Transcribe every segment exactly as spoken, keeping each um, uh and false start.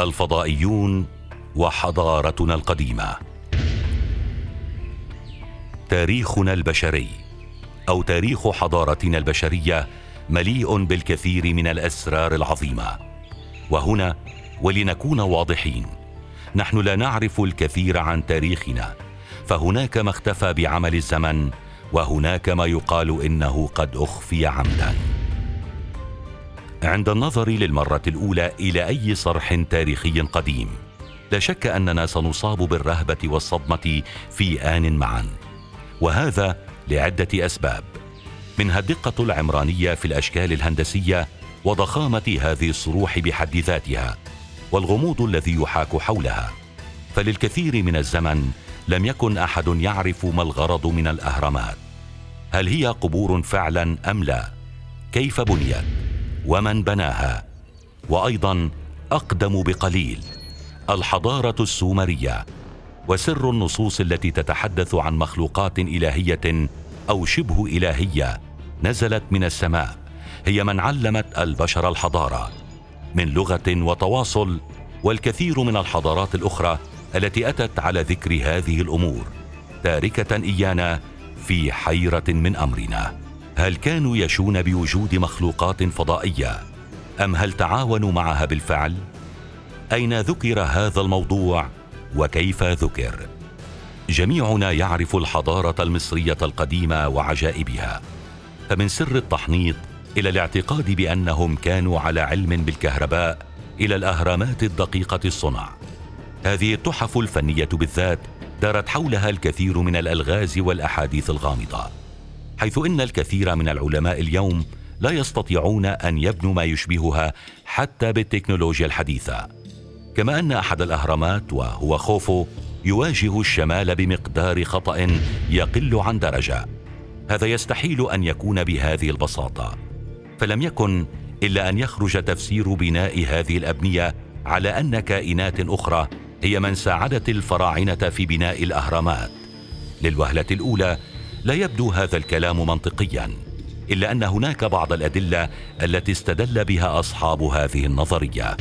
الفضائيون وحضارتنا القديمة. تاريخنا البشري أو تاريخ حضارتنا البشرية مليء بالكثير من الأسرار العظيمة. وهنا ولنكون واضحين، نحن لا نعرف الكثير عن تاريخنا، فهناك ما اختفى بعمل الزمن، وهناك ما يقال إنه قد أخفي عمدا. عند النظر للمرة الأولى إلى أي صرح تاريخي قديم، لا شك أننا سنصاب بالرهبة والصدمة في آن معا، وهذا لعدة أسباب، منها الدقة العمرانية في الأشكال الهندسية وضخامة هذه الصروح بحد ذاتها، والغموض الذي يحاك حولها. فللكثير من الزمن لم يكن أحد يعرف ما الغرض من الأهرامات. هل هي قبور فعلا أم لا؟ كيف بنيت؟ ومن بناها؟ وأيضا أقدم بقليل، الحضارة السومرية، وسر النصوص التي تتحدث عن مخلوقات إلهية أو شبه إلهية نزلت من السماء، هي من علمت البشر الحضارة من لغة وتواصل، والكثير من الحضارات الأخرى التي أتت على ذكر هذه الأمور، تاركة إيانا في حيرة من أمرنا. هل كانوا يشون بوجود مخلوقات فضائية، أم هل تعاونوا معها بالفعل؟ أين ذكر هذا الموضوع وكيف ذكر؟ جميعنا يعرف الحضارة المصرية القديمة وعجائبها، فمن سر التحنيط إلى الاعتقاد بأنهم كانوا على علم بالكهرباء إلى الأهرامات الدقيقة الصنع. هذه التحف الفنية بالذات دارت حولها الكثير من الألغاز والأحاديث الغامضة، حيث إن الكثير من العلماء اليوم لا يستطيعون أن يبنوا ما يشبهها حتى بالتكنولوجيا الحديثة. كما أن أحد الأهرامات وهو خوفو يواجه الشمال بمقدار خطأ يقل عن درجة. هذا يستحيل أن يكون بهذه البساطة، فلم يكن إلا أن يخرج تفسير بناء هذه الأبنية على أن كائنات أخرى هي من ساعدت الفراعنة في بناء الأهرامات. للوهلة الأولى لا يبدو هذا الكلام منطقيا، إلا أن هناك بعض الأدلة التي استدل بها أصحاب هذه النظرية.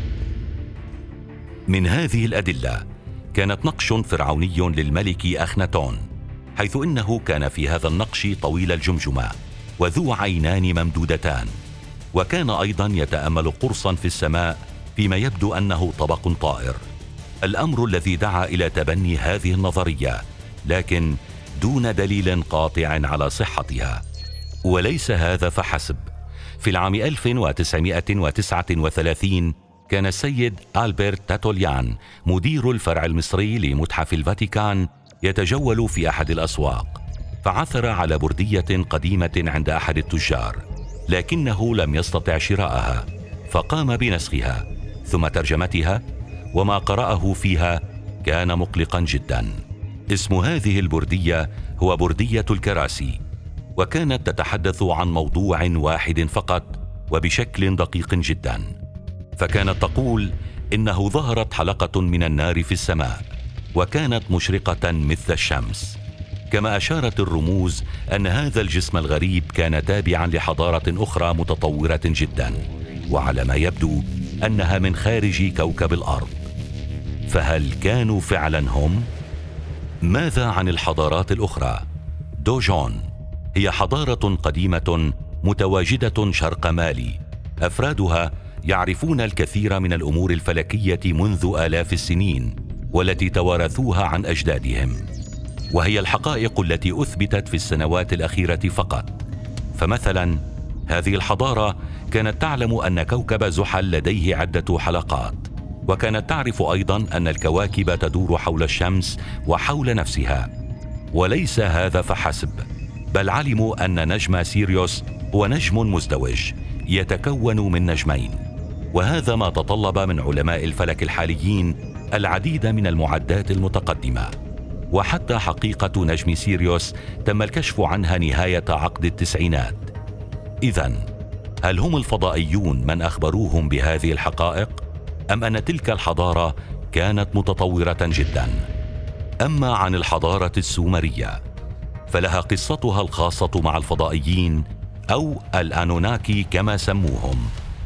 من هذه الأدلة كانت نقش فرعوني للملك أخناتون، حيث إنه كان في هذا النقش طويل الجمجمة وذو عينان ممدودتان، وكان أيضا يتأمل قرصا في السماء فيما يبدو أنه طبق طائر، الأمر الذي دعا إلى تبني هذه النظرية، لكن دون دليل قاطع على صحتها. وليس هذا فحسب. في العام ألف وتسعمائة وتسعة وثلاثين كان السيد ألبرت تاتوليان مدير الفرع المصري لمتحف الفاتيكان يتجول في أحد الأسواق، فعثر على بردية قديمة عند أحد التجار، لكنه لم يستطع شراءها، فقام بنسخها ثم ترجمتها، وما قرأه فيها كان مقلقا جدا. اسم هذه البردية هو بردية الكراسي، وكانت تتحدث عن موضوع واحد فقط وبشكل دقيق جدا، فكانت تقول إنه ظهرت حلقة من النار في السماء وكانت مشرقة مثل الشمس. كما أشارت الرموز أن هذا الجسم الغريب كان تابعا لحضارة أخرى متطورة جدا، وعلى ما يبدو أنها من خارج كوكب الأرض. فهل كانوا فعلا هم؟ ماذا عن الحضارات الأخرى؟ دوجون هي حضارة قديمة متواجدة شرق مالي، أفرادها يعرفون الكثير من الأمور الفلكية منذ آلاف السنين، والتي توارثوها عن أجدادهم، وهي الحقائق التي أثبتت في السنوات الأخيرة فقط. فمثلا هذه الحضارة كانت تعلم أن كوكب زحل لديه عدة حلقات، وكانت تعرف أيضا أن الكواكب تدور حول الشمس وحول نفسها. وليس هذا فحسب، بل علموا أن نجم سيريوس هو نجم مزدوج يتكون من نجمين، وهذا ما تطلب من علماء الفلك الحاليين العديد من المعدات المتقدمة. وحتى حقيقة نجم سيريوس تم الكشف عنها نهاية عقد التسعينات. إذن هل هم الفضائيون من أخبروهم بهذه الحقائق، أم أن تلك الحضارة كانت متطورة جدا؟ أما عن الحضارة السومرية فلها قصتها الخاصة مع الفضائيين أو الأنوناكي كما سموهم،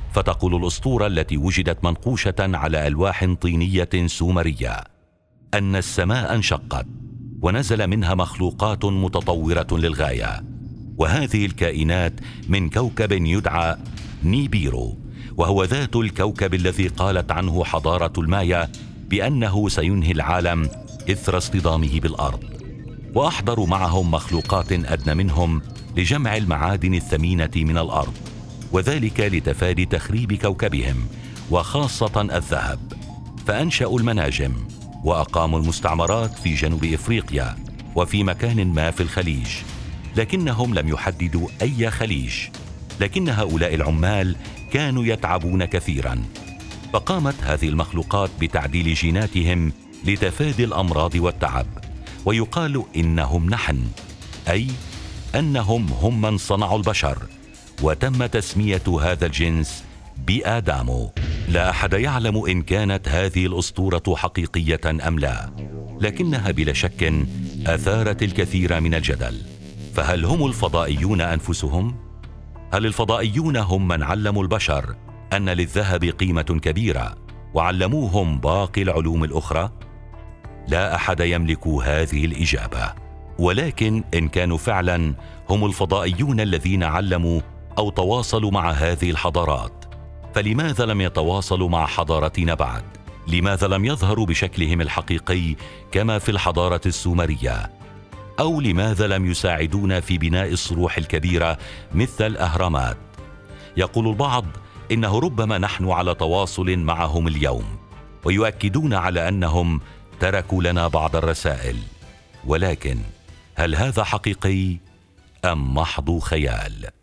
فتقول الأسطورة التي وجدت منقوشة على ألواح طينية سومرية أن السماء انشقت ونزل منها مخلوقات متطورة للغاية، وهذه الكائنات من كوكب يدعى نيبيرو، وهو ذات الكوكب الذي قالت عنه حضارة المايا بأنه سينهي العالم إثر اصطدامه بالأرض. وأحضروا معهم مخلوقات أدنى منهم لجمع المعادن الثمينة من الأرض، وذلك لتفادي تخريب كوكبهم وخاصة الذهب، فأنشأوا المناجم وأقاموا المستعمرات في جنوب إفريقيا وفي مكان ما في الخليج، لكنهم لم يحددوا أي خليج، لكن هؤلاء العمال كانوا يتعبون كثيرا، فقامت هذه المخلوقات بتعديل جيناتهم لتفادي الأمراض والتعب، ويقال إنهم نحن، أي أنهم هم من صنعوا البشر، وتم تسمية هذا الجنس بآدامو. لا أحد يعلم إن كانت هذه الأسطورة حقيقية أم لا، لكنها بلا شك أثارت الكثير من الجدل. فهل هم الفضائيون أنفسهم؟ هل الفضائيون هم من علموا البشر أن للذهب قيمة كبيرة وعلموهم باقي العلوم الأخرى؟ لا أحد يملك هذه الإجابة، ولكن إن كانوا فعلا هم الفضائيون الذين علموا أو تواصلوا مع هذه الحضارات، فلماذا لم يتواصلوا مع حضارتنا بعد؟ لماذا لم يظهروا بشكلهم الحقيقي كما في الحضارة السومرية؟ أو لماذا لم يساعدونا في بناء الصروح الكبيرة مثل الأهرامات؟ يقول البعض إنه ربما نحن على تواصل معهم اليوم، ويؤكدون على أنهم تركوا لنا بعض الرسائل، ولكن هل هذا حقيقي أم محض خيال؟